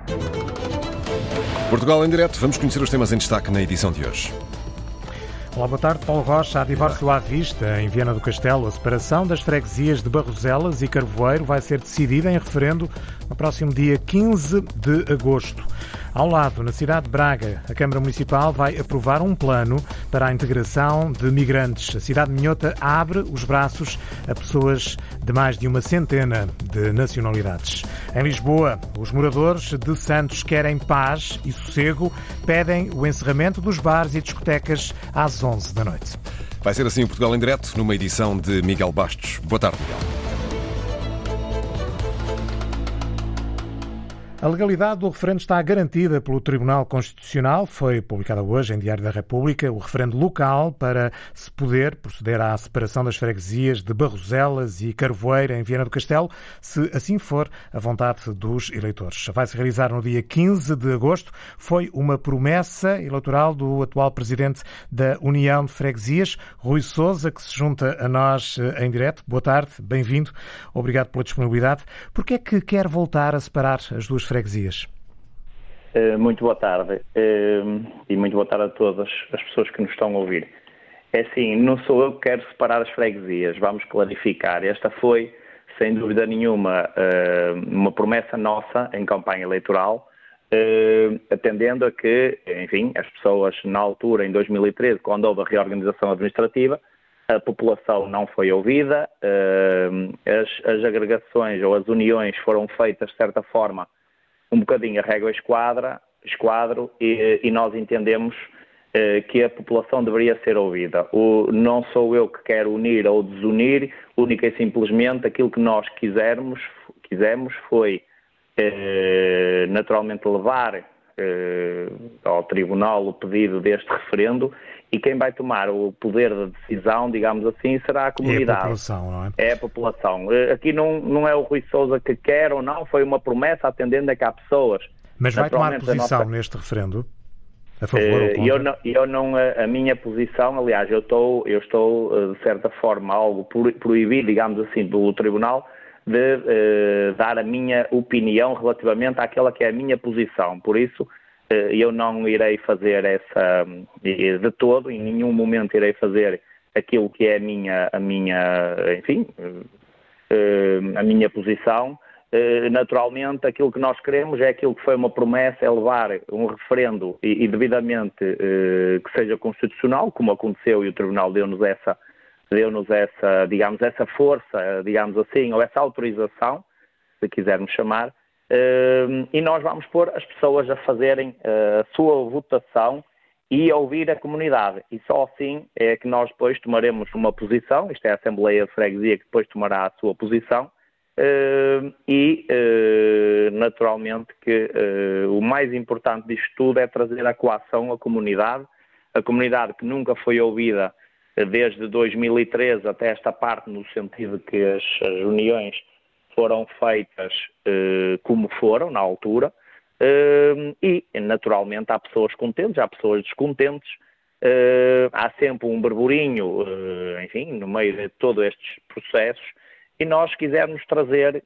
Portugal em direto, vamos conhecer os temas em destaque na edição de hoje. Olá, boa tarde. Paulo Rocha, há divórcio à vista. Em Viana do Castelo, a separação das freguesias de Barroselas e Carvoeiro vai ser decidida em referendo no próximo dia 15 de agosto. Ao lado, na cidade de Braga, a Câmara Municipal vai aprovar um plano para a integração de migrantes. A cidade de Minhota abre os braços a pessoas de mais de uma centena de nacionalidades. Em Lisboa, os moradores de Santos querem paz e sossego, pedem o encerramento dos bares e discotecas às 11 da noite. Vai ser assim o Portugal em direto, numa edição de Miguel Bastos. Boa tarde, Miguel. A legalidade do referendo está garantida pelo Tribunal Constitucional. Foi publicada hoje em Diário da República o referendo local para se poder proceder à separação das freguesias de Barroselas e Carvoeiro em Viana do Castelo, se assim for a vontade dos eleitores. Vai-se realizar no dia 15 de agosto. Foi uma promessa eleitoral do atual presidente da União de Freguesias, Rui Sousa, que se junta a nós em direto. Boa tarde, bem-vindo. Obrigado pela disponibilidade. Por que é que quer voltar a separar as duas freguesias? Muito boa tarde e muito boa tarde a todas as pessoas que nos estão a ouvir. É assim, não sou eu que quero separar as freguesias, vamos clarificar. Esta foi, sem dúvida nenhuma, uma promessa nossa em campanha eleitoral, atendendo a que, enfim, as pessoas na altura, em 2013, quando houve a reorganização administrativa, a população não foi ouvida, as agregações ou as uniões foram feitas, de certa forma, um bocadinho a régua esquadro e nós entendemos que a população deveria ser ouvida. Não sou eu que quero unir ou desunir, única e simplesmente aquilo que nós quisemos foi naturalmente levar ao Tribunal o pedido deste referendo e quem vai tomar o poder de decisão, digamos assim, será a comunidade. É a população, não é? É a população. Aqui não é o Rui Sousa que quer ou não, foi uma promessa atendendo a que há pessoas. Mas vai tomar posição neste referendo? A favor ou contra? A minha posição, aliás, eu estou de certa forma algo proibido, digamos assim, pelo Tribunal de dar a minha opinião relativamente àquela que é a minha posição. Por isso, eu não irei fazer essa, de todo, em nenhum momento irei fazer aquilo que é a minha posição. Naturalmente, aquilo que nós queremos é aquilo que foi uma promessa, é levar um referendo e devidamente que seja constitucional, como aconteceu e o Tribunal deu-nos essa, digamos, essa força, digamos assim, ou essa autorização, se quisermos chamar, e nós vamos pôr as pessoas a fazerem a sua votação e a ouvir a comunidade. E só assim é que nós depois tomaremos uma posição, isto é a Assembleia de Freguesia que depois tomará a sua posição, naturalmente que o mais importante disto tudo é trazer a coação à comunidade, a comunidade que nunca foi ouvida desde 2013 até esta parte, no sentido que as uniões foram feitas como foram na altura e naturalmente há pessoas contentes, há pessoas descontentes, há sempre um burburinho, enfim, no meio de todos estes processos e nós quisermos trazer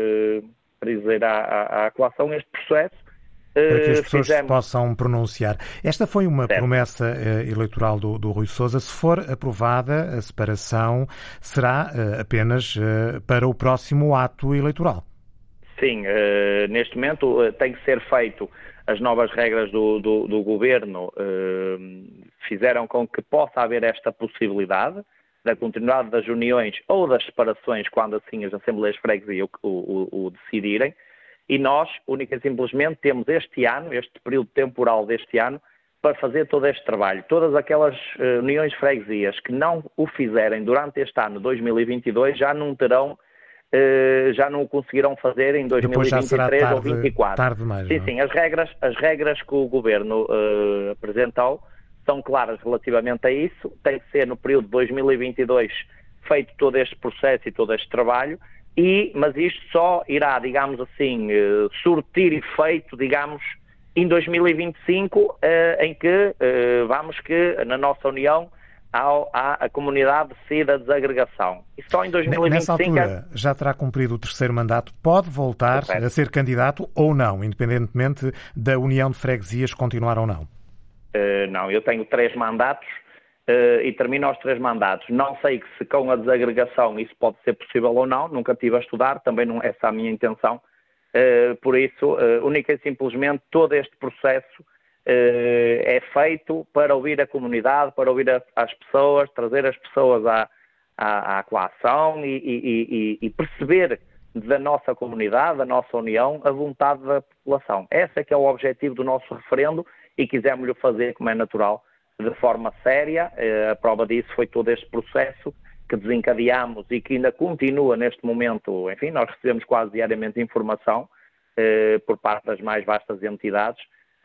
à coação este processo para que as pessoas se possam pronunciar. Esta foi uma promessa eleitoral do Rui Sousa. Se for aprovada, a separação será apenas para o próximo ato eleitoral. Sim, neste momento tem que ser feito. As novas regras do Governo fizeram com que possa haver esta possibilidade da continuidade das uniões ou das separações, quando assim as Assembleias de Freguesia o decidirem. E nós, única e simplesmente, temos este ano, este período temporal deste ano, para fazer todo este trabalho. Todas aquelas uniões de freguesias que não o fizerem durante este ano, 2022, já não o conseguirão fazer em 2023 ou 2024. Tarde demais, sim, as regras que o Governo apresentou são claras relativamente a isso. Tem que ser no período de 2022 feito todo este processo e todo este trabalho. Mas isto só irá, digamos assim, surtir efeito, digamos, em 2025, em que vamos que na nossa União a comunidade decide a desagregação. E só em 2025... Nessa altura, já terá cumprido o terceiro mandato, pode voltar a ser candidato ou não, independentemente da União de Freguesias continuar ou não? Não, eu tenho 3 mandatos e termino aos 3 mandatos. Não sei se com a desagregação isso pode ser possível ou não, nunca estive a estudar, também não é essa a minha intenção. Por isso, única e simplesmente, todo este processo é feito para ouvir a comunidade, para ouvir as pessoas, trazer as pessoas à coação e perceber da nossa comunidade, da nossa união, a vontade da população. Esse é que é o objetivo do nosso referendo e quisemos-lhe fazer, como é natural, de forma séria. A prova disso foi todo este processo que desencadeámos e que ainda continua neste momento. Enfim, nós recebemos quase diariamente informação por parte das mais vastas entidades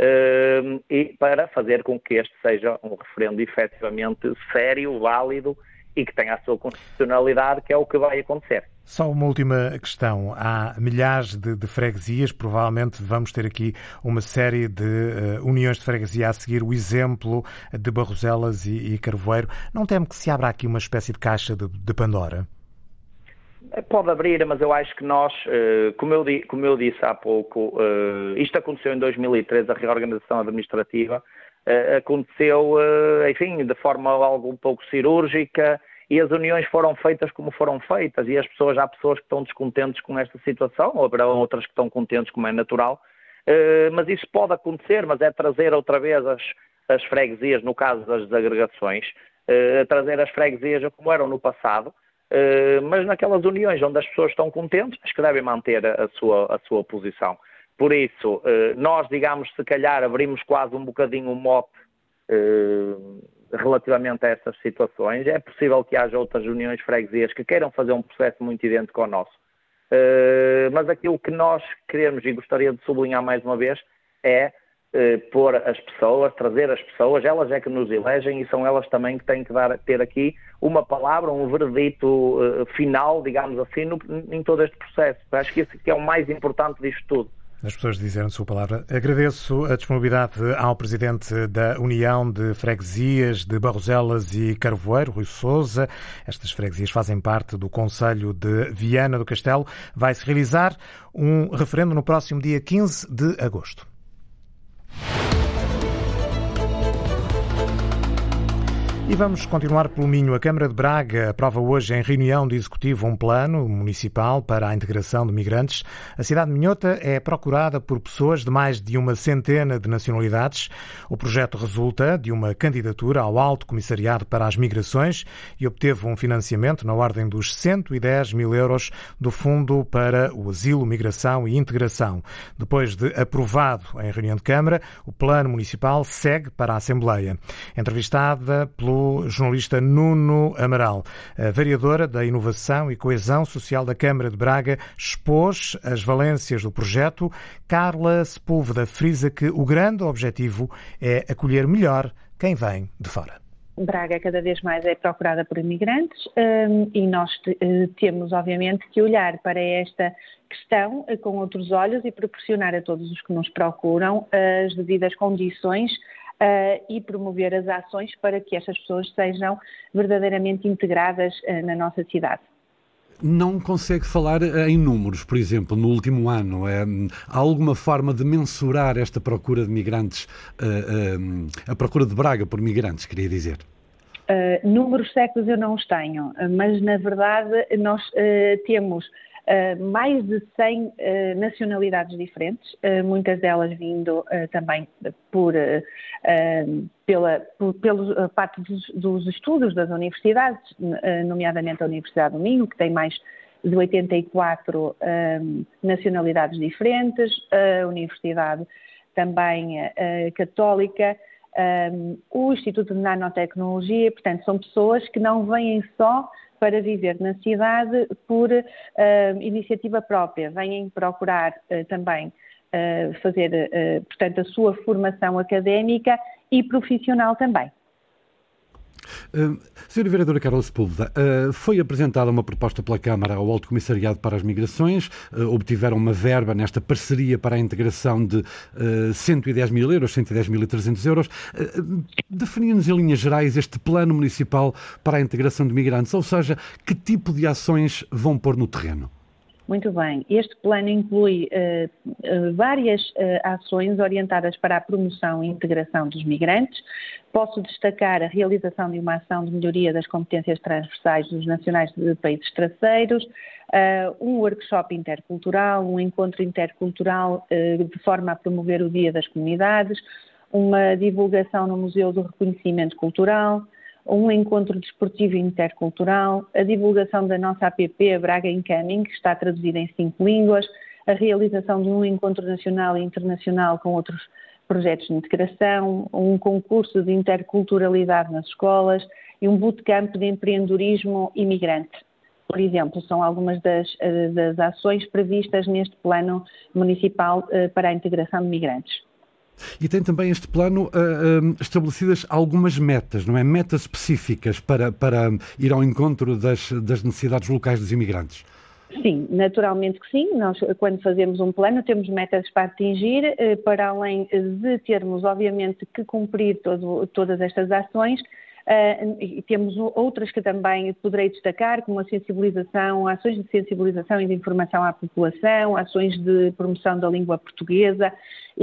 e para fazer com que este seja um referendo efetivamente sério, válido e que tenha a sua constitucionalidade, que é o que vai acontecer. Só uma última questão. Há milhares de freguesias, provavelmente vamos ter aqui uma série de uniões de freguesia a seguir o exemplo de Barroselas e Carvoeiro. Não teme que se abra aqui uma espécie de caixa de Pandora? Pode abrir, mas eu acho que nós, como eu disse há pouco, isto aconteceu em 2013, a reorganização administrativa, aconteceu, enfim, de forma algo um pouco cirúrgica, e as uniões foram feitas como foram feitas, e há pessoas que estão descontentes com esta situação, ou haverá outras que estão contentes, como é natural, mas isso pode acontecer, mas é trazer outra vez as freguesias, no caso das desagregações, trazer as freguesias como eram no passado, mas naquelas uniões onde as pessoas estão contentes, acho que devem manter a sua posição. Por isso, nós, digamos, se calhar abrimos quase um bocadinho o mote relativamente a essas situações. É possível que haja outras uniões de freguesias que queiram fazer um processo muito idêntico ao nosso. Mas aquilo que nós queremos e gostaria de sublinhar mais uma vez é pôr as pessoas, trazer as pessoas, elas é que nos elegem e são elas também que têm que ter aqui uma palavra, um veredito final, digamos assim, em todo este processo. Acho que isso que é o mais importante disto tudo. As pessoas dizem a sua palavra. Agradeço a disponibilidade ao Presidente da União de Freguesias de Barroselas e Carvoeiro, Rui Sousa. Estas freguesias fazem parte do Concelho de Viana do Castelo. Vai-se realizar um referendo no próximo dia 15 de agosto. E vamos continuar pelo Minho. A Câmara de Braga aprova hoje em reunião de executivo um plano municipal para a integração de migrantes. A cidade de Minhota é procurada por pessoas de mais de uma centena de nacionalidades. O projeto resulta de uma candidatura ao Alto Comissariado para as Migrações e obteve um financiamento na ordem dos 110 mil euros do Fundo para o Asilo, Migração e Integração. Depois de aprovado em reunião de Câmara, o plano municipal segue para a Assembleia. Entrevistada pelo jornalista Nuno Amaral, a vereadora da Inovação e Coesão Social da Câmara de Braga, expôs as valências do projeto. Carla Sepúlveda frisa que o grande objetivo é acolher melhor quem vem de fora. Braga cada vez mais é procurada por imigrantes e nós temos, obviamente, que olhar para esta questão com outros olhos e proporcionar a todos os que nos procuram as devidas condições e promover as ações para que estas pessoas sejam verdadeiramente integradas na nossa cidade. Não consegue falar em números, por exemplo, no último ano? Há alguma forma de mensurar esta procura de migrantes, a procura de Braga por migrantes, queria dizer? Números certos eu não os tenho, mas na verdade nós temos mais de 100 nacionalidades diferentes, muitas delas vindo também pela parte dos estudos das universidades, nomeadamente a Universidade do Minho, que tem mais de 84 nacionalidades diferentes, a Universidade também Católica, o Instituto de Nanotecnologia. Portanto, são pessoas que não vêm só para viver na cidade por iniciativa própria, vêm procurar também fazer, portanto, a sua formação académica e profissional também. Sra. Vereadora Carla Sepúlveda, foi apresentada uma proposta pela Câmara ao Alto Comissariado para as Migrações, obtiveram uma verba nesta parceria para a integração de 110 mil euros, 110.300 euros. Definiu-nos em linhas gerais este plano municipal para a integração de migrantes, ou seja, que tipo de ações vão pôr no terreno? Muito bem. Este plano inclui várias ações orientadas para a promoção e integração dos migrantes. Posso destacar a realização de uma ação de melhoria das competências transversais dos nacionais de países terceiros, um workshop intercultural, um encontro intercultural de forma a promover o Dia das Comunidades, uma divulgação no Museu do Reconhecimento Cultural, um encontro desportivo intercultural, a divulgação da nossa app Braga Incoming, que está traduzida em 5 línguas, a realização de um encontro nacional e internacional com outros projetos de integração, um concurso de interculturalidade nas escolas e um bootcamp de empreendedorismo imigrante. Por exemplo, são algumas das ações previstas neste plano municipal para a integração de migrantes. E tem também este plano estabelecidas algumas metas, não é? Metas específicas para ir ao encontro das necessidades locais dos imigrantes. Sim, naturalmente que sim. Nós, quando fazemos um plano, temos metas para atingir, para além de termos, obviamente, que cumprir todas estas ações. E temos outras que também poderei destacar, como a sensibilização, ações de sensibilização e de informação à população, ações de promoção da língua portuguesa e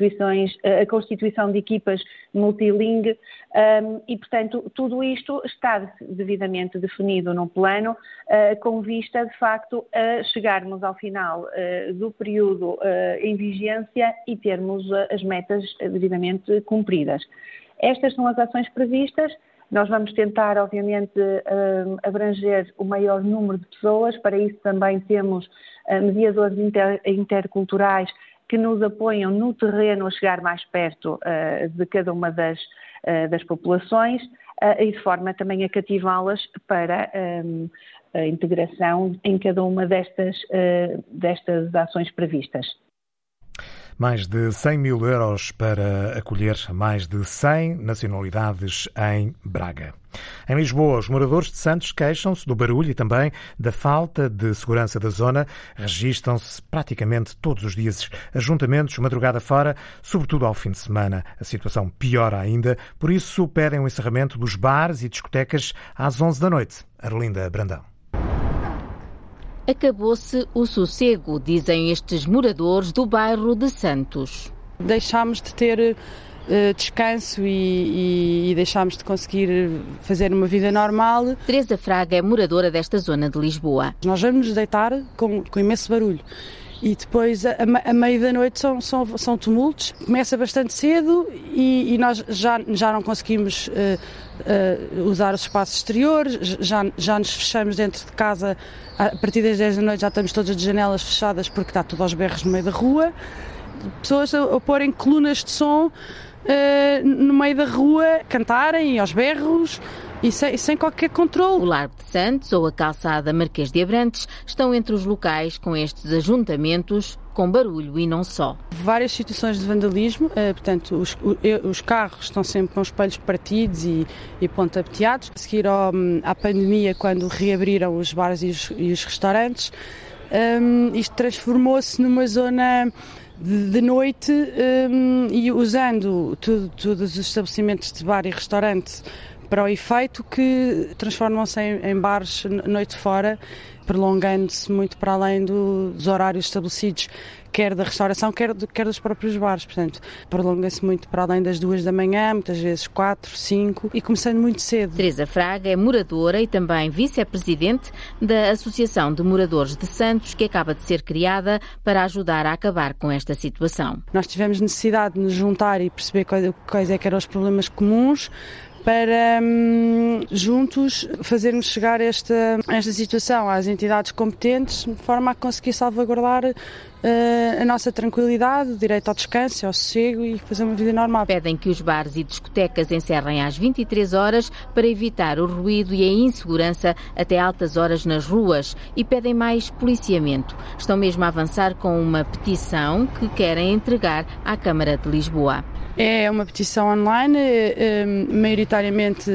a constituição de equipas multilingue e, portanto, tudo isto está devidamente definido no plano com vista, de facto, a chegarmos ao final do período em vigência e termos as metas devidamente cumpridas. Estas são as ações previstas. Nós vamos tentar, obviamente, abranger o maior número de pessoas. Para isso também temos mediadores interculturais que nos apoiam no terreno a chegar mais perto de cada uma das populações e de forma também a cativá-las para a integração em cada uma destas ações previstas. Mais de 100 mil euros para acolher mais de 100 nacionalidades em Braga. Em Lisboa, os moradores de Santos queixam-se do barulho e também da falta de segurança da zona. Registram-se praticamente todos os dias ajuntamentos, madrugada fora, sobretudo ao fim de semana. A situação piora ainda, por isso pedem o encerramento dos bares e discotecas às 11 da noite. Arlinda Brandão. Acabou-se o sossego, dizem estes moradores do bairro de Santos. Deixámos de ter descanso e deixámos de conseguir fazer uma vida normal. Teresa Fraga é moradora desta zona de Lisboa. Nós vamos nos deitar com imenso barulho. E depois, a meio da noite, são tumultos. Começa bastante cedo e nós já não conseguimos usar os espaços exteriores, já nos fechamos dentro de casa. A partir das 10 da noite já estamos todas de janelas fechadas porque está tudo aos berros no meio da rua. Pessoas a porem colunas de som no meio da rua, cantarem aos berros e sem qualquer controle. O Largo de Santos ou a calçada Marquês de Abrantes estão entre os locais com estes ajuntamentos com barulho e não só. Várias situações de vandalismo, portanto os carros estão sempre com os espelhos partidos e pontapeteados. A seguir à pandemia, quando reabriram os bares e os restaurantes, isto transformou-se numa zona de noite e usando todos os estabelecimentos de bar e restaurante para o efeito que transformam-se em bares noite fora, prolongando-se muito para além dos horários estabelecidos, quer da restauração, quer dos próprios bares. Portanto, prolonga-se muito para além das 2 da manhã, muitas vezes 4, 5 e começando muito cedo. Teresa Fraga é moradora e também vice-presidente da Associação de Moradores de Santos, que acaba de ser criada para ajudar a acabar com esta situação. Nós tivemos necessidade de nos juntar e perceber quais eram os problemas comuns, para juntos fazermos chegar esta situação às entidades competentes de forma a conseguir salvaguardar a nossa tranquilidade, o direito ao descanso, ao sossego e fazer uma vida normal. Pedem que os bares e discotecas encerrem às 23 horas para evitar o ruído e a insegurança até altas horas nas ruas e pedem mais policiamento. Estão mesmo a avançar com uma petição que querem entregar à Câmara de Lisboa. É uma petição online, maioritariamente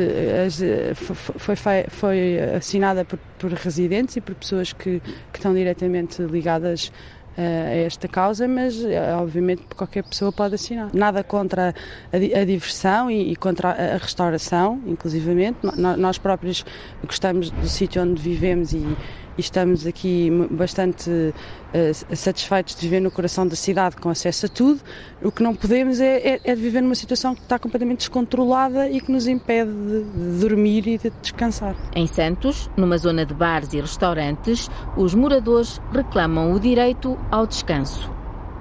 foi assinada por residentes e por pessoas que estão diretamente ligadas a esta causa, mas obviamente qualquer pessoa pode assinar. Nada contra a diversão e contra a restauração, inclusivamente. Nós próprios gostamos do sítio onde vivemos e estamos aqui bastante satisfeitos de viver no coração da cidade com acesso a tudo. O que não podemos é viver numa situação que está completamente descontrolada e que nos impede de dormir e de descansar. Em Santos, numa zona de bares e restaurantes, os moradores reclamam o direito ao descanso.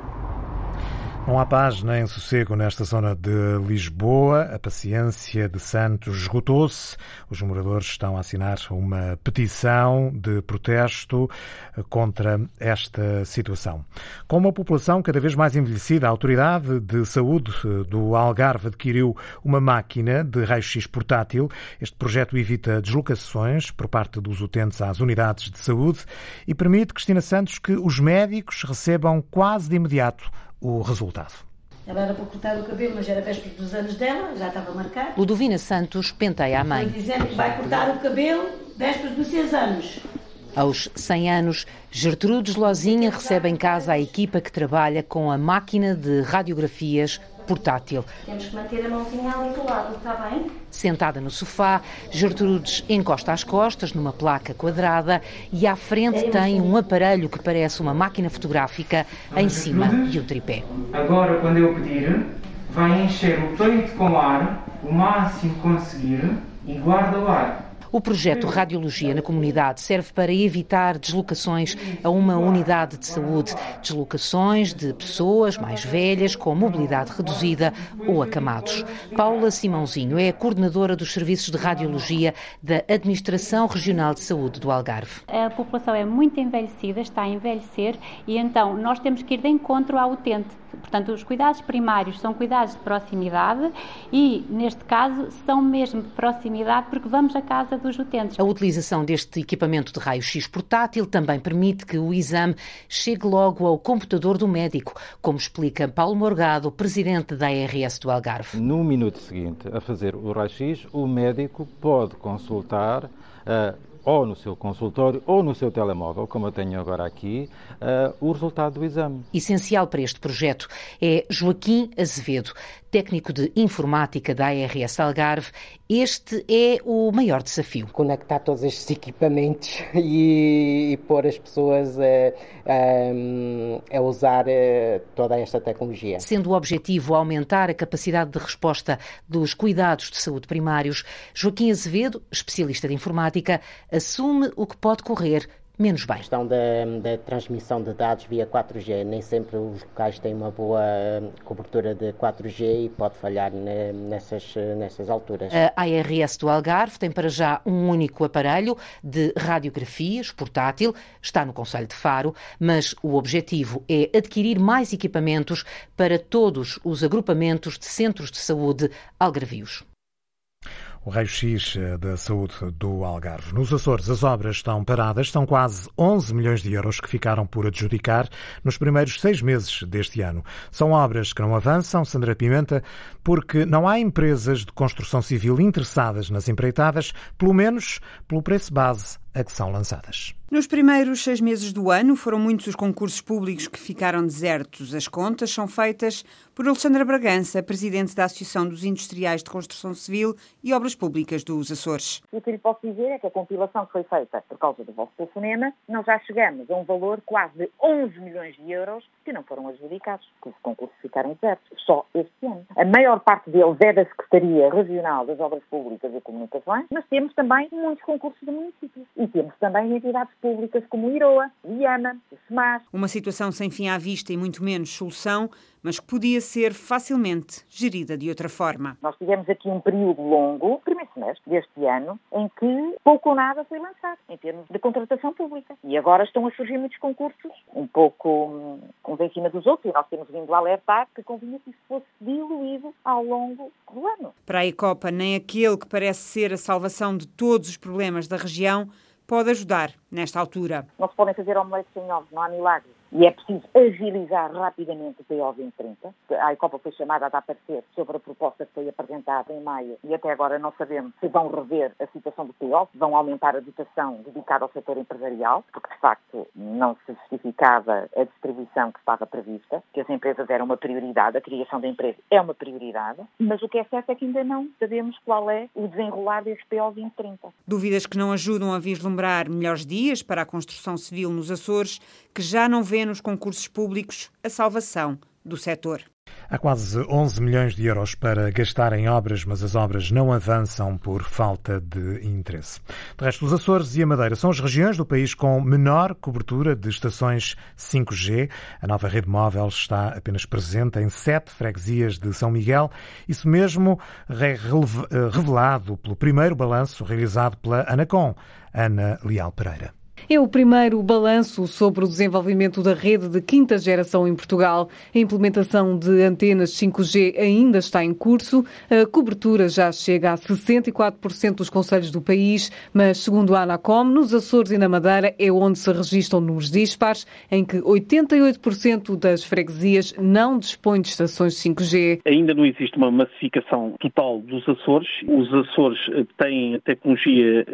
Não há paz nem sossego nesta zona de Lisboa. A paciência de Santos esgotou-se. Os moradores estão a assinar uma petição de protesto contra esta situação. Com uma população cada vez mais envelhecida, a Autoridade de Saúde do Algarve adquiriu uma máquina de raio-x portátil. Este projeto evita deslocações por parte dos utentes às unidades de saúde e permite, Cristina Santos, que os médicos recebam quase de imediato o resultado. Ela era para cortar o cabelo, mas era véspera dos anos dela, já estava marcado. Ludovina Santos penteia a mãe. Foi dizendo que vai cortar o cabelo véspera dos 6 anos. Aos 100 anos, Gertrudes Lozinha recebe em casa a equipa que trabalha com a máquina de radiografias portátil. Temos que manter a mãozinha ali do lado, está bem? Sentada no sofá, Gertrudes encosta as costas numa placa quadrada e à frente tem um aparelho que parece uma máquina fotográfica em cima de um tripé. Agora, quando eu pedir, vai encher o peito com ar, o máximo que conseguir, e guarda o ar. O projeto Radiologia na Comunidade serve para evitar deslocações a uma unidade de saúde, deslocações de pessoas mais velhas com mobilidade reduzida ou acamados. Paula Simãozinho é a coordenadora dos serviços de radiologia da Administração Regional de Saúde do Algarve. A população é muito envelhecida, está a envelhecer e então nós temos que ir de encontro ao utente. Portanto, os cuidados primários são cuidados de proximidade e, neste caso, são mesmo de proximidade porque vamos à casa dos utentes. A utilização deste equipamento de raio-x portátil também permite que o exame chegue logo ao computador do médico, como explica Paulo Morgado, presidente da ARS do Algarve. No minuto seguinte a fazer o raio-x, o médico pode consultar ou no seu consultório ou no seu telemóvel, como eu tenho agora aqui, o resultado do exame. Essencial para este projeto é Joaquim Azevedo, técnico de informática da ARS Algarve. Este é o maior desafio. Conectar todos estes equipamentos e pôr as pessoas a usar toda esta tecnologia. Sendo o objetivo aumentar a capacidade de resposta dos cuidados de saúde primários, Joaquim Azevedo, especialista de informática, assume o que pode correr menos bem. A questão da transmissão de dados via 4G, nem sempre os locais têm uma boa cobertura de 4G e pode falhar nessas alturas. A ARS do Algarve tem para já um único aparelho de radiografias portátil, está no concelho de Faro, mas o objetivo é adquirir mais equipamentos para todos os agrupamentos de centros de saúde algarvios. O raio-x da saúde do Algarve. Nos Açores, as obras estão paradas. São quase 11 milhões de euros que ficaram por adjudicar nos primeiros 6 meses deste ano. São obras que não avançam, Sandra Pimenta, porque não há empresas de construção civil interessadas nas empreitadas, pelo menos pelo preço base a que são lançadas. Nos primeiros 6 meses do ano, foram muitos os concursos públicos que ficaram desertos. As contas são feitas por Alexandra Bragança, presidente da Associação dos Industriais de Construção Civil e Obras Públicas dos Açores. O que lhe posso dizer é que a compilação que foi feita por causa do vosso telefonema, nós já chegamos a um valor quase de 11 milhões de euros que não foram adjudicados, que os concursos ficaram desertos, só este ano. A maior parte deles é da Secretaria Regional das Obras Públicas e Comunicações, mas temos também muitos concursos de municípios. E temos também entidades públicas como o IROA, o IAMA, o SEMAS. Uma situação sem fim à vista e muito menos solução, mas que podia ser facilmente gerida de outra forma. Nós tivemos aqui um período longo, primeiro semestre deste ano, em que pouco ou nada foi lançado em termos de contratação pública. E agora estão a surgir muitos concursos, um pouco uns em cima dos outros, e nós temos vindo a alertar que convinha que isso fosse diluído ao longo do ano. Para a Ecopa, nem aquele que parece ser a salvação de todos os problemas da região pode ajudar nesta altura. Não se podem fazer omeletes sem ovos, não há milagres. e é preciso agilizar rapidamente o PO 2030. A ECOPA foi chamada a aparecer sobre a proposta que foi apresentada em maio e até agora não sabemos se vão rever a situação do PO, se vão aumentar a dotação dedicada ao setor empresarial, porque de facto não se justificava a distribuição que estava prevista, que as empresas eram uma prioridade, a criação de emprego é uma prioridade, mas o que é certo é que ainda não sabemos qual é o desenrolar desse PO 2030. Dúvidas que não ajudam a vislumbrar melhores dias para a construção civil nos Açores, que já não vê nos concursos públicos a salvação do setor. Há quase 11 milhões de euros para gastar em obras, mas as obras não avançam por falta de interesse. De resto, os Açores e a Madeira são as regiões do país com menor cobertura de estações 5G. A nova rede móvel está apenas presente em 7 freguesias de São Miguel. Isso mesmo é revelado pelo primeiro balanço realizado pela Anacom, Ana Leal Pereira. É o primeiro balanço sobre o desenvolvimento da rede de quinta geração em Portugal. A implementação de antenas 5G ainda está em curso. A cobertura já chega a 64% dos concelhos do país, mas, segundo a Anacom, nos Açores e na Madeira é onde se registram números dispares, em que 88% das freguesias não dispõem de estações 5G. Ainda não existe uma massificação total dos Açores. Os Açores têm a tecnologia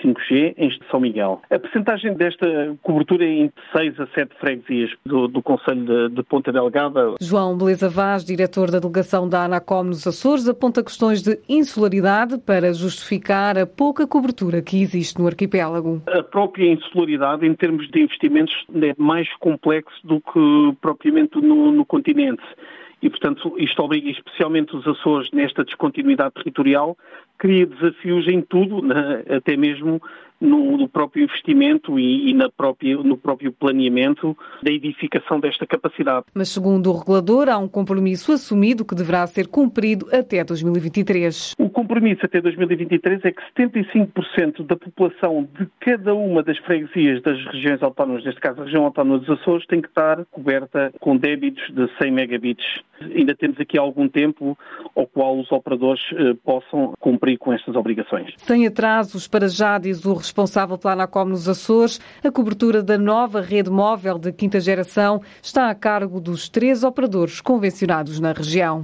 5G em São Miguel. A percentagem desta cobertura é entre 6 a 7 freguesias do concelho de Ponta Delgada. João Beleza Vaz, diretor da delegação da Anacom nos Açores, aponta questões de insularidade para justificar a pouca cobertura que existe no arquipélago. A própria insularidade, em termos de investimentos, é mais complexo do que propriamente no continente. E, portanto, isto obriga especialmente os Açores nesta descontinuidade territorial, cria desafios em tudo, até mesmo no próprio investimento e no próprio planeamento da edificação desta capacidade. Mas, segundo o regulador, há um compromisso assumido que deverá ser cumprido até 2023. O compromisso até 2023 é que 75% da população de cada uma das freguesias das regiões autónomas, neste caso a região autónoma dos Açores, tem que estar coberta com débitos de 100 megabits. Ainda temos aqui algum tempo ao qual os operadores possam cumprir com estas obrigações. Sem atrasos, para já, diz o responsável pela Anacom nos Açores, a cobertura da nova rede móvel de quinta geração está a cargo dos 3 operadores convencionados na região.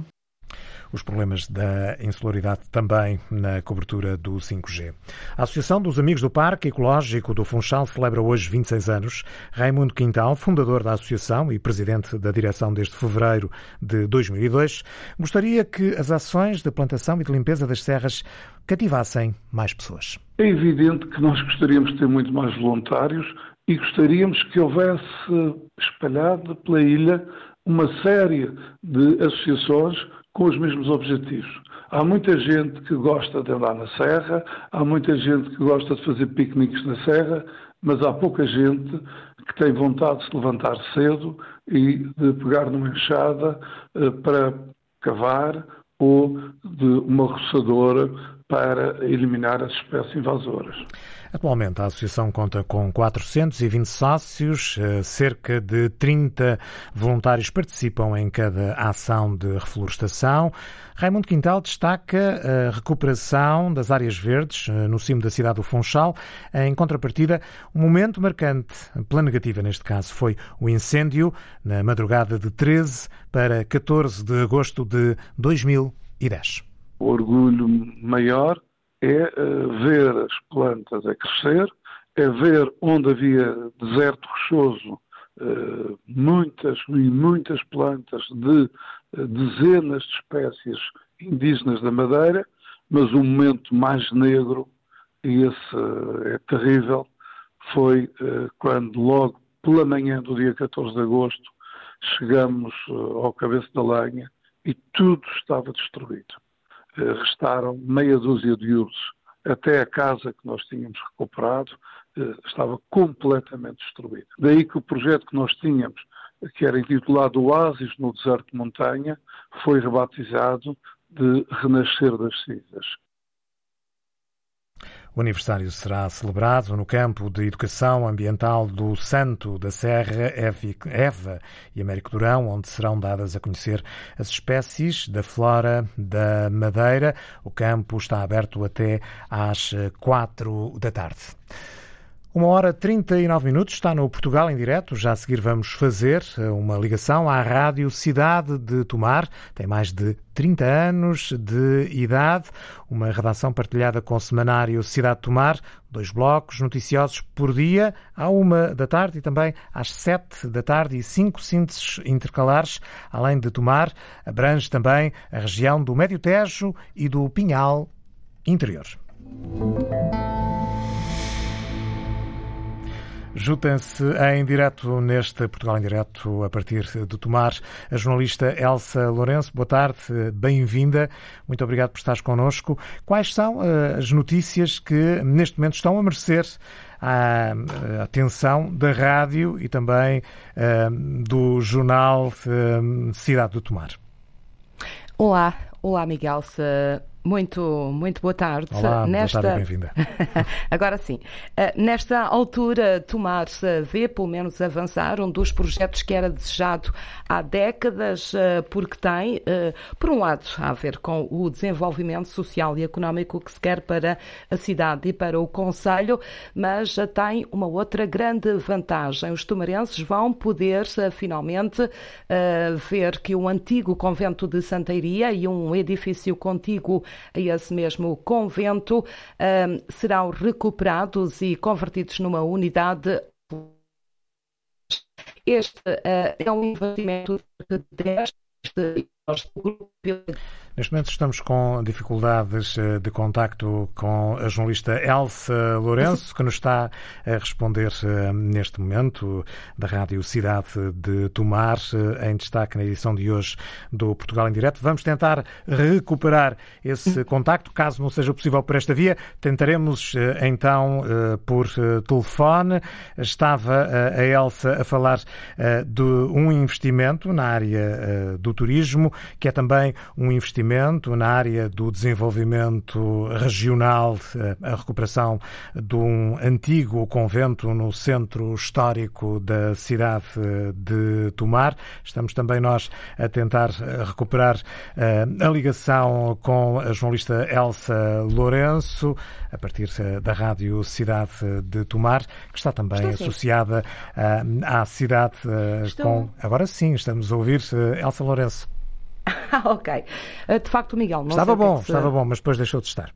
Os problemas da insularidade também na cobertura do 5G. A Associação dos Amigos do Parque Ecológico do Funchal celebra hoje 26 anos. Raimundo Quintal, fundador da associação e presidente da direção desde fevereiro de 2002, gostaria que as ações de plantação e de limpeza das serras cativassem mais pessoas. É evidente que nós gostaríamos de ter muito mais voluntários e gostaríamos que houvesse espalhado pela ilha uma série de associações com os mesmos objetivos. Há muita gente que gosta de andar na serra, há muita gente que gosta de fazer piqueniques na serra, mas há pouca gente que tem vontade de se levantar cedo e de pegar numa enxada para cavar ou de uma roçadora para eliminar as espécies invasoras. Atualmente, a associação conta com 420 sócios, cerca de 30 voluntários participam em cada ação de reflorestação. Raimundo Quintal destaca a recuperação das áreas verdes no cimo da cidade do Funchal. Em contrapartida, um momento marcante, pela negativa neste caso, foi o incêndio na madrugada de 13 para 14 de agosto de 2010. O orgulho maior é ver as plantas a crescer, é ver onde havia deserto rochoso, muitas plantas de dezenas de espécies indígenas da Madeira, mas o momento mais negro, e esse é terrível, foi quando logo pela manhã do dia 14 de agosto chegamos ao Cabeço da Lenha e tudo estava destruído. Restaram meia dúzia de ursos. Até a casa que nós tínhamos recuperado estava completamente destruída. Daí que o projeto que nós tínhamos, que era intitulado Oásis no Deserto de Montanha, foi rebatizado de Renascer das Cinzas. O aniversário será celebrado no campo de Educação Ambiental do Santo da Serra, Eva e Américo Durão, onde serão dadas a conhecer as espécies da flora da Madeira. O campo está aberto até às 4 da tarde. 1h39, está no Portugal em direto. Já a seguir vamos fazer uma ligação à Rádio Cidade de Tomar. Tem mais de 30 anos de idade. Uma redação partilhada com o semanário Cidade de Tomar. 2 blocos noticiosos por dia, à 1 da tarde e também às 7 da tarde e 5 sínteses intercalares. Além de Tomar, abrange também a região do Médio Tejo e do Pinhal Interior. Juntem-se em direto neste Portugal em direto a partir de Tomar a jornalista Elsa Lourenço. Boa tarde, bem-vinda. Muito obrigado por estares connosco. Quais são as notícias que neste momento estão a merecer a atenção da rádio e também do jornal Cidade de Tomar? Olá Miguel. Muito boa tarde. Olá, boa tarde, bem-vinda. Agora sim. Nesta altura, Tomar vê pelo menos avançar um dos projetos que era desejado há décadas, porque tem, por um lado, a ver com o desenvolvimento social e económico que se quer para a cidade e para o concelho, mas tem uma outra grande vantagem. Os tomarenses vão poder, finalmente, ver que o antigo convento de Santeiria e um edifício contíguo a esse mesmo convento serão recuperados e convertidos numa unidade. Este é um investimento de 10 grupo. Neste momento estamos com dificuldades de contacto com a jornalista Elsa Lourenço, que nos está a responder neste momento da Rádio Cidade de Tomar, em destaque na edição de hoje do Portugal em Direto. Vamos tentar recuperar esse contacto, caso não seja possível por esta via. Tentaremos então por telefone. Estava a Elsa a falar de um investimento na área do turismo, que é também um investimento na área do desenvolvimento regional, a recuperação de um antigo convento no centro histórico da cidade de Tomar. Estamos também nós a tentar recuperar a ligação com a jornalista Elsa Lourenço, a partir da Rádio Cidade de Tomar, que está também associada à cidade com... Agora sim, estamos a ouvir Elsa Lourenço. Ok. De facto, Miguel... Não estava bom, mas depois deixou de estar.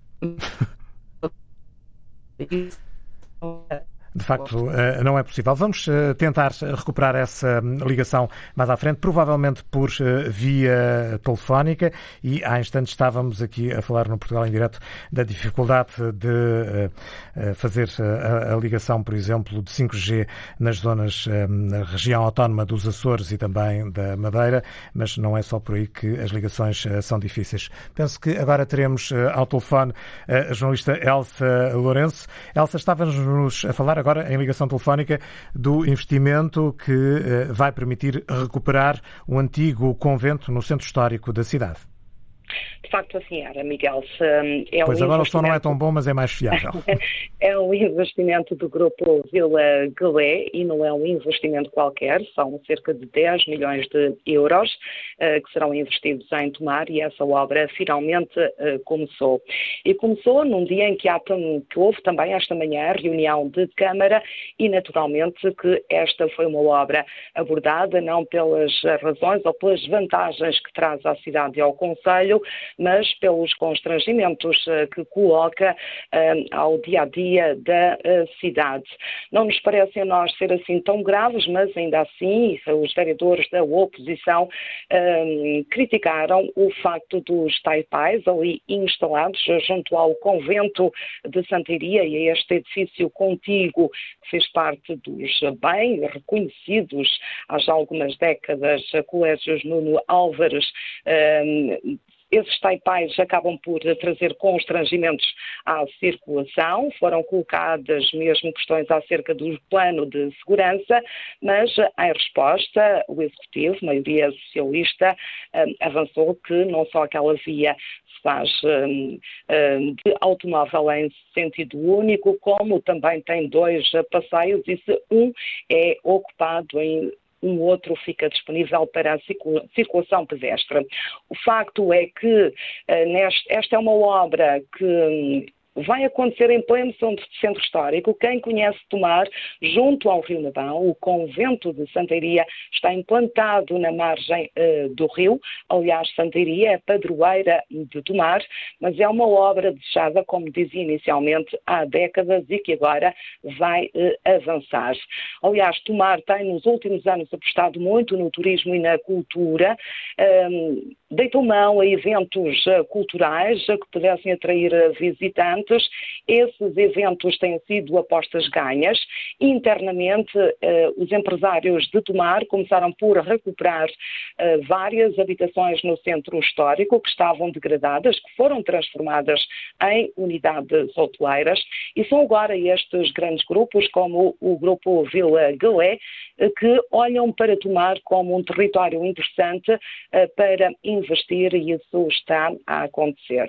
De facto, não é possível. Vamos tentar recuperar essa ligação mais à frente, provavelmente por via telefónica, e há instantes estávamos aqui a falar no Portugal em direto da dificuldade de fazer a ligação, por exemplo, de 5G nas zonas, na região autónoma dos Açores e também da Madeira, mas não é só por aí que as ligações são difíceis. Penso que agora teremos ao telefone a jornalista Elsa Lourenço. Elsa, estava-nos a falar agora em ligação telefónica do investimento que vai permitir recuperar um antigo convento no centro histórico da cidade. De facto, assim era, Miguel. Pois agora o som não é tão bom, mas é mais fiável. É um investimento do grupo Vila Galé e não é um investimento qualquer, são cerca de 10 milhões de euros que serão investidos em Tomar, e essa obra finalmente começou. E começou num dia em que houve também esta manhã a reunião de Câmara, e naturalmente que esta foi uma obra abordada não pelas razões ou pelas vantagens que traz à cidade e ao concelho, mas pelos constrangimentos que coloca ao dia-a-dia da cidade. Não nos parecem a nós ser assim tão graves, mas ainda assim os vereadores da oposição criticaram o facto dos taipais ali instalados junto ao convento de Santeiria e a este edifício contíguo que fez parte dos bem reconhecidos há já algumas décadas colégios Nuno Álvares. Esses taipais acabam por trazer constrangimentos à circulação, foram colocadas mesmo questões acerca do plano de segurança, mas em resposta o Executivo, maioria socialista, avançou que não só aquela via se faz de automóvel em sentido único, como também tem 2 passeios, e se um é ocupado em um outro fica disponível para a circulação pedestre. O facto é que esta é uma obra que vai acontecer em pleno centro histórico. Quem conhece Tomar, junto ao Rio Navão, o convento de Santeiria está implantado na margem do rio. Aliás, Santeiria é padroeira de Tomar, mas é uma obra desejada, como dizia inicialmente, há décadas e que agora vai avançar. Aliás, Tomar tem nos últimos anos apostado muito no turismo e na cultura, deitou mão a eventos culturais que pudessem atrair visitantes. Esses eventos têm sido apostas ganhas. Internamente, os empresários de Tomar começaram por recuperar várias habitações no centro histórico que estavam degradadas, que foram transformadas em unidades hoteleiras, e são agora estes grandes grupos, como o grupo Vila Galé, que olham para Tomar como um território interessante para investir, e isso está a acontecer.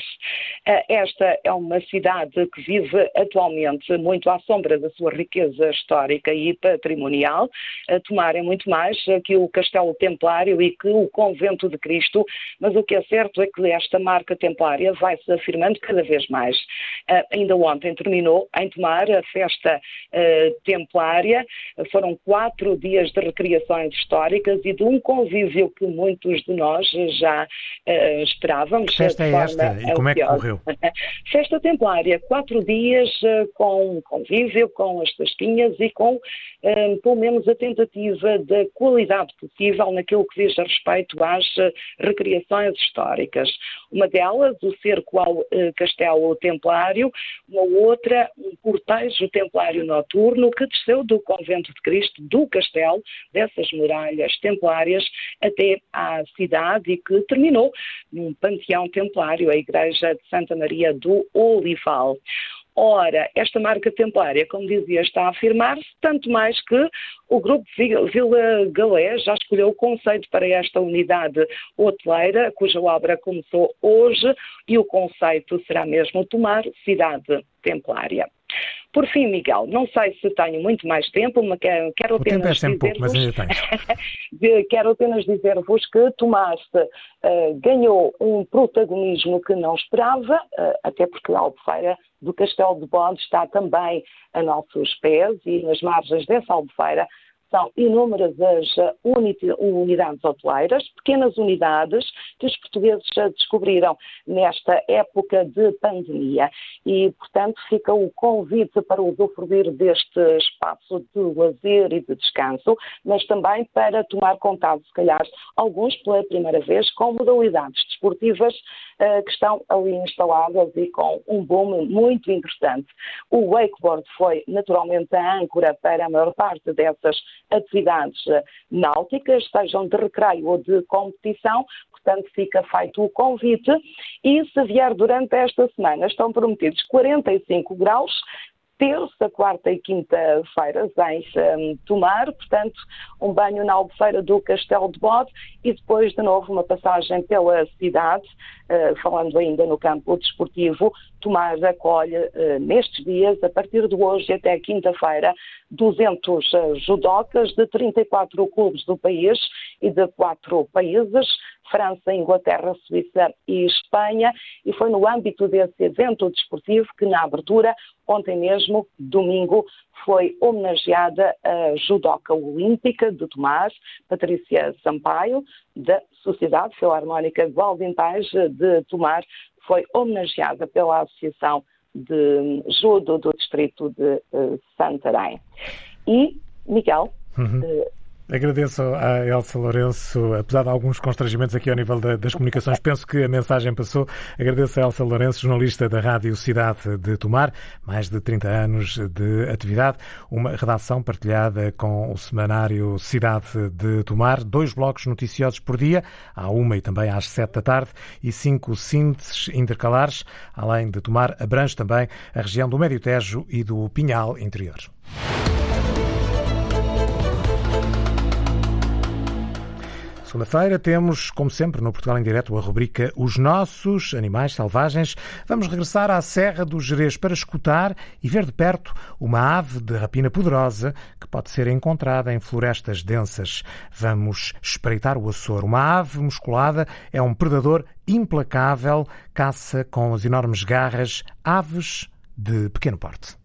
Esta é uma cidade que vive atualmente muito à sombra da sua riqueza histórica e patrimonial. Tomar é muito mais que o Castelo Templário e que o Convento de Cristo, mas o que é certo é que esta marca templária vai se afirmando cada vez mais. Ainda ontem terminou em Tomar a festa templária. Foram 4 dias de recriações históricas e de um convívio que muitos de nós já esperávamos. Que festa é esta e como é que correu? Festa templária, 4 dias com convívio, com as tasquinhas e com, pelo menos, a tentativa da qualidade possível naquilo que diz a respeito às recriações históricas. Uma delas, o cerco ao Castelo Templário, uma outra, um cortejo templário noturno que desceu do Convento de Cristo, do Castelo, dessas muralhas templárias, até à cidade e que terminou num panteão templário, a Igreja de Santa Maria do Olival. Ora, esta marca templária, como dizia, está a afirmar-se, tanto mais que o grupo Vila Galé já escolheu o conceito para esta unidade hoteleira, cuja obra começou hoje, e o conceito será mesmo Tomar Cidade Templária. Por fim, Miguel, não sei se tenho muito mais tempo, mas quero apenas dizer-vos que Tomar ganhou um protagonismo que não esperava, até porque a Albufeira do Castelo de Bode está também a nossos pés, e nas margens dessa Albufeira são inúmeras as unidades hoteleiras, pequenas unidades que os portugueses descobriram nesta época de pandemia. E, portanto, fica o convite para usufruir deste espaço de lazer e de descanso, mas também para tomar contato, se calhar, alguns pela primeira vez, com modalidades desportivas que estão ali instaladas e com um boom muito interessante. O wakeboard foi naturalmente a âncora para a maior parte dessas atividades náuticas, sejam de recreio ou de competição, portanto fica feito o convite, e se vier durante esta semana estão prometidos 45 graus, terça, quarta e quinta-feiras em Tomar, portanto, um banho na Albufeira do Castelo de Bode e depois, de novo, uma passagem pela cidade, falando ainda no campo desportivo. Tomar acolhe nestes dias, a partir de hoje até quinta-feira, 200 judocas de 34 clubes do país e de 4 países, França, Inglaterra, Suíça e Espanha, e foi no âmbito desse evento desportivo que, na abertura, ontem mesmo, domingo, foi homenageada a judoca olímpica de Tomar, Patrícia Sampaio, da Sociedade Filarmónica de Valdimpais de Tomar, foi homenageada pela Associação de Judo do Distrito de Santarém. E, Miguel... Agradeço à Elsa Lourenço, apesar de alguns constrangimentos aqui ao nível das comunicações, penso que a mensagem passou. Agradeço a Elsa Lourenço, jornalista da Rádio Cidade de Tomar, mais de 30 anos de atividade, uma redação partilhada com o semanário Cidade de Tomar, 2 blocos noticiosos por dia, à 1 e também às 7 da tarde, e 5 sínteses intercalares. Além de Tomar, abrange também a região do Médio Tejo e do Pinhal Interior. Segunda-feira temos, como sempre, no Portugal em Direto, a rubrica Os Nossos Animais Selvagens. Vamos regressar à Serra do Gerês para escutar e ver de perto uma ave de rapina poderosa que pode ser encontrada em florestas densas. Vamos espreitar o Açor. Uma ave musculada é um predador implacável, caça com as enormes garras aves de pequeno porte.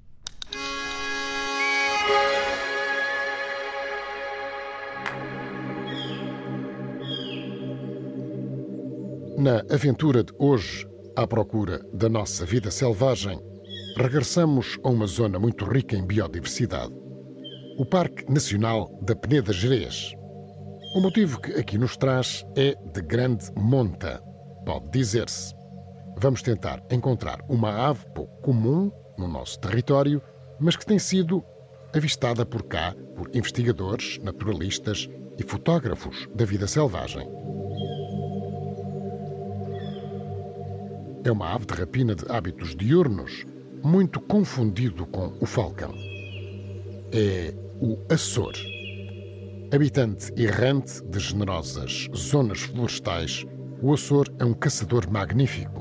Na aventura de hoje, à procura da nossa vida selvagem, regressamos a uma zona muito rica em biodiversidade, o Parque Nacional da Peneda Gerês. O motivo que aqui nos traz é de grande monta, pode dizer-se. Vamos tentar encontrar uma ave pouco comum no nosso território, mas que tem sido avistada por cá por investigadores, naturalistas e fotógrafos da vida selvagem. É uma ave de rapina de hábitos diurnos, muito confundido com o falcão. É o açor. Habitante errante de generosas zonas florestais, o açor é um caçador magnífico.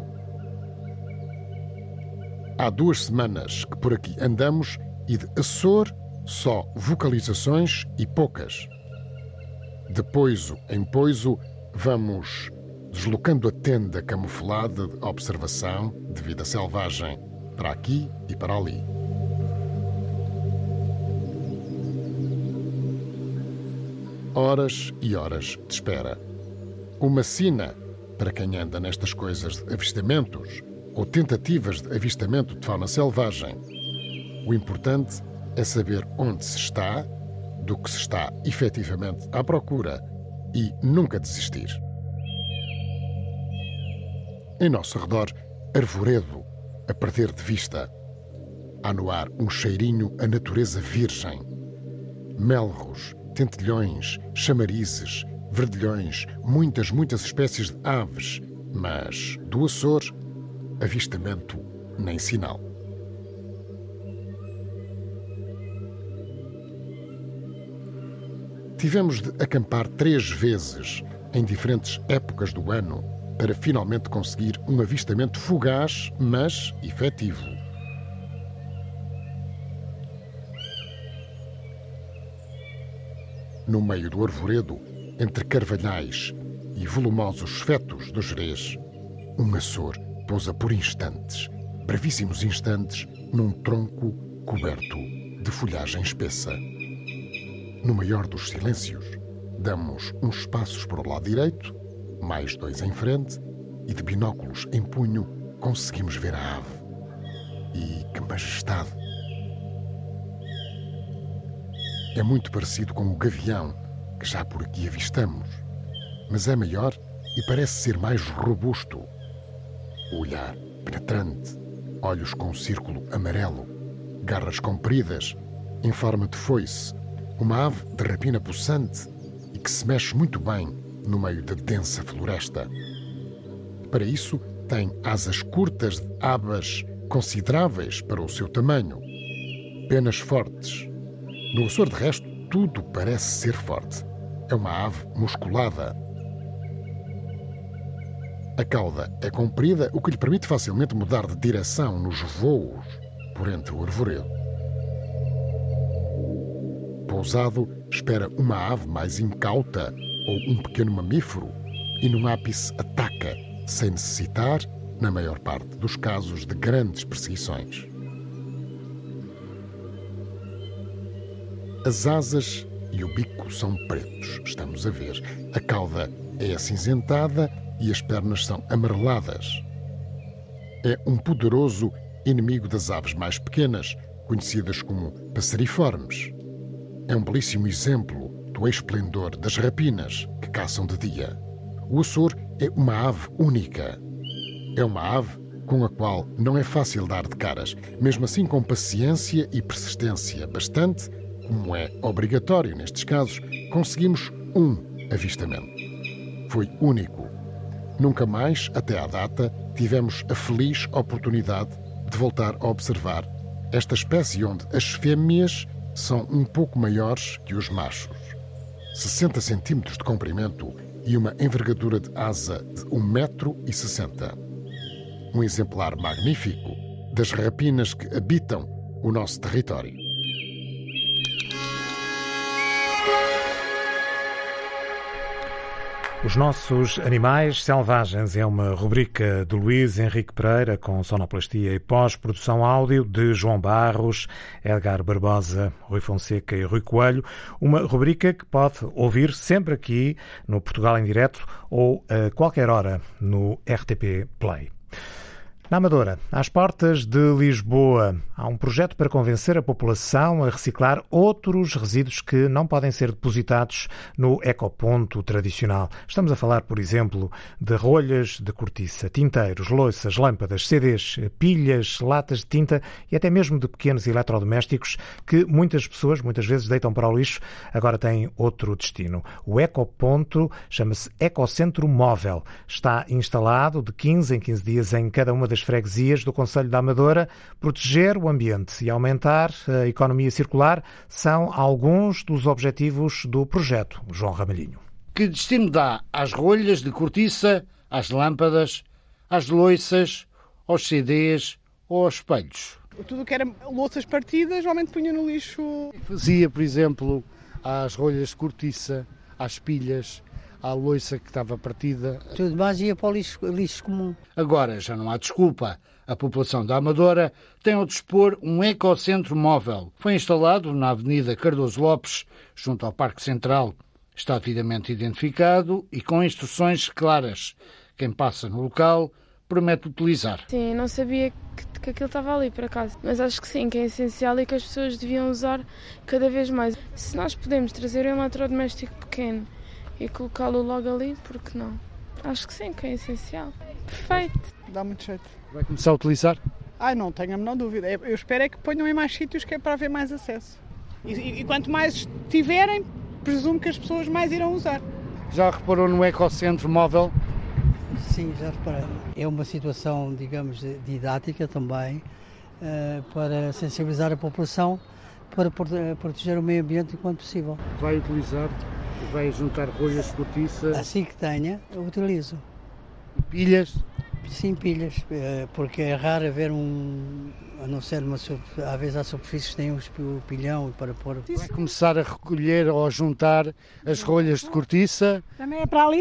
Há 2 semanas que por aqui andamos e de açor só vocalizações e poucas. De poiso em poiso, vamos deslocando a tenda camuflada de observação de vida selvagem para aqui e para ali. Horas e horas de espera. Uma sina para quem anda nestas coisas de avistamentos ou tentativas de avistamento de fauna selvagem. O importante é saber onde se está, do que se está efetivamente à procura e nunca desistir. Em nosso redor, arvoredo a perder de vista. Há no ar um cheirinho a natureza virgem. Melros, tentelhões, chamarizes, verdilhões, muitas espécies de aves, mas do Açor, avistamento nem sinal. Tivemos de acampar 3 vezes, em diferentes épocas do ano, para finalmente conseguir um avistamento fugaz, mas efetivo. No meio do arvoredo, entre carvalhais e volumosos fetos do Gerês, um açor pousa por instantes, brevíssimos instantes, num tronco coberto de folhagem espessa. No maior dos silêncios, damos uns passos para o lado direito, mais 2 em frente, e de binóculos em punho conseguimos ver a ave. E que majestade! É muito parecido com o gavião que já por aqui avistamos, mas é maior e parece ser mais robusto. O olhar penetrante, olhos com um círculo amarelo, garras compridas, em forma de foice, uma ave de rapina possante e que se mexe muito bem no meio da densa floresta. Para isso, tem asas curtas de abas consideráveis para o seu tamanho, penas fortes. No Açor, de resto, tudo parece ser forte. É uma ave musculada. A cauda é comprida, o que lhe permite facilmente mudar de direção nos voos por entre o arvoredo. Pousado, espera uma ave mais incauta ou um pequeno mamífero e no ápice ataca, sem necessitar, na maior parte dos casos, de grandes perseguições. As asas e o bico são pretos, estamos a ver. A cauda é acinzentada e as pernas são amareladas. É um poderoso inimigo das aves mais pequenas, conhecidas como passeriformes. É um belíssimo exemplo do esplendor das rapinas que caçam de dia. O Açor é uma ave única. É uma ave com a qual não é fácil dar de caras, mesmo assim com paciência e persistência bastante, como é obrigatório nestes casos, conseguimos um avistamento. Foi único. Nunca mais, até à data, tivemos a feliz oportunidade de voltar a observar esta espécie onde as fêmeas são um pouco maiores que os machos. 60 centímetros de comprimento e uma envergadura de asa de 1,60 m. Um exemplar magnífico das rapinas que habitam o nosso território. Os nossos animais selvagens é uma rubrica de Luís Henrique Pereira com sonoplastia e pós-produção áudio de João Barros, Edgar Barbosa, Rui Fonseca e Rui Coelho. Uma rubrica que pode ouvir sempre aqui no Portugal em Direto ou a qualquer hora no RTP Play. Na Amadora, às portas de Lisboa, há um projeto para convencer a população a reciclar outros resíduos que não podem ser depositados no ecoponto tradicional. Estamos a falar, por exemplo, de rolhas de cortiça, tinteiros, louças, lâmpadas, CDs, pilhas, latas de tinta e até mesmo de pequenos eletrodomésticos que muitas pessoas, muitas vezes, deitam para o lixo, agora têm outro destino. O ecoponto chama-se Ecocentro Móvel. Está instalado de 15 em 15 dias em cada uma das freguesias do Concelho da Amadora. Proteger o ambiente e aumentar a economia circular são alguns dos objetivos do projeto. João Ramalhinho. Que destino dá às rolhas de cortiça, às lâmpadas, às louças, aos CDs ou aos espelhos? Tudo o que era louças partidas, geralmente punha no lixo. Fazia, por exemplo, às rolhas de cortiça, às pilhas, à louça que estava partida. Tudo mais ia para o lixo comum. Agora já não há desculpa. A população da Amadora tem ao dispor um ecocentro móvel. Foi instalado na Avenida Cardoso Lopes, junto ao Parque Central. Está devidamente identificado e com instruções claras. Quem passa no local promete utilizar. Sim, não sabia que aquilo estava ali, por acaso. Mas acho que sim, que é essencial e que as pessoas deviam usar cada vez mais. Se nós podemos trazer um eletrodoméstico pequeno e colocá-lo logo ali, por que não? Acho que sim, que é essencial. Perfeito. Dá muito jeito. Vai começar a utilizar? Não tenho a menor dúvida. Eu espero é que ponham em mais sítios, que é para haver mais acesso. E quanto mais tiverem, presumo que as pessoas mais irão usar. Já reparou no ecocentro móvel? Sim, já reparei. É uma situação, digamos, didática também, para sensibilizar a população, para proteger o meio ambiente enquanto possível. Vai utilizar? Vai juntar rolhas de cortiça? Assim que tenha, eu utilizo. E pilhas? Sim, pilhas, porque é raro haver a não ser às vezes há superfícies que têm o pilhão para pôr. Vai começar a recolher ou a juntar as rolhas de cortiça? Também é para ali?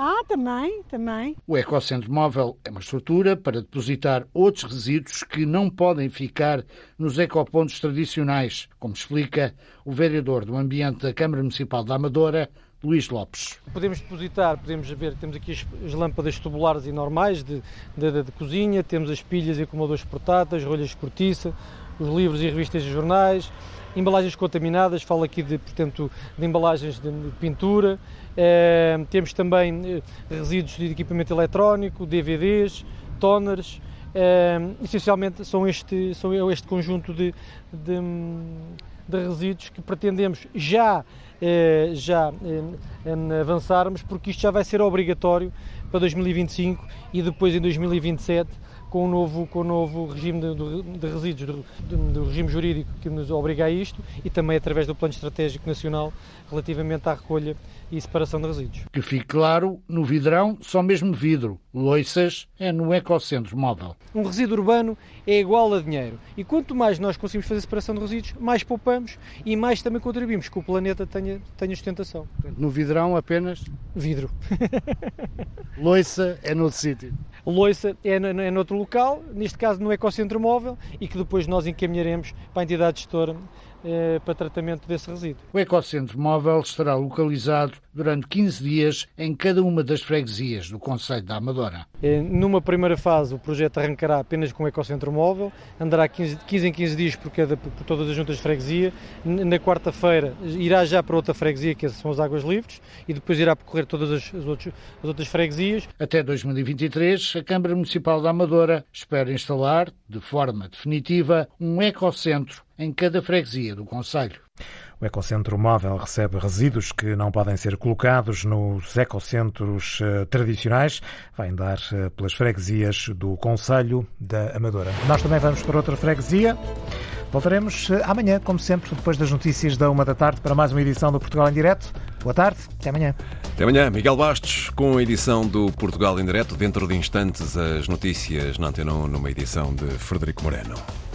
Também. O Ecocentro Móvel é uma estrutura para depositar outros resíduos que não podem ficar nos ecopontos tradicionais, como explica o vereador do Ambiente da Câmara Municipal da Amadora, Luís Lopes. Podemos depositar, podemos ver, temos aqui as lâmpadas tubulares e normais de cozinha, temos as pilhas e acumuladores portáteis, rolhas de cortiça, os livros e revistas de jornais, embalagens contaminadas, falo aqui de embalagens de pintura, temos também resíduos de equipamento eletrónico, DVDs, toners, essencialmente são este conjunto de resíduos que pretendemos já avançarmos, porque isto já vai ser obrigatório para 2025 e depois em 2027 com o novo regime de resíduos, do regime jurídico que nos obriga a isto e também através do Plano Estratégico Nacional relativamente à recolha e separação de resíduos. Que fique claro, no vidrão só mesmo vidro, louças é no Ecocentro Móvel. Um resíduo urbano é igual a dinheiro e quanto mais nós conseguimos fazer separação de resíduos, mais poupamos e mais também contribuímos que o planeta tenha sustentação. No vidrão apenas? Vidro. Louça é noutro sítio? Louça é noutro local, neste caso no Ecocentro Móvel, e que depois nós encaminharemos para a entidade gestora para tratamento desse resíduo. O Ecocentro Móvel estará localizado durante 15 dias em cada uma das freguesias do Concelho da Amadora. Numa primeira fase o projeto arrancará apenas com o Ecocentro Móvel, andará 15 em 15 dias por todas as juntas de freguesia. Na quarta-feira irá já para outra freguesia, que são as Águas Livres, e depois irá percorrer todas as outras freguesias. Até 2023, a Câmara Municipal da Amadora espera instalar, de forma definitiva, um ecocentro em cada freguesia do concelho. O Ecocentro Móvel recebe resíduos que não podem ser colocados nos ecocentros tradicionais. Vai andar pelas freguesias do Concelho da Amadora. Nós também vamos para outra freguesia. Voltaremos amanhã, como sempre, depois das notícias da 13h, para mais uma edição do Portugal em Direto. Boa tarde, até amanhã. Até amanhã. Miguel Bastos, com a edição do Portugal em Direto. Dentro de instantes, as notícias na Antena 1, numa edição de Frederico Moreno.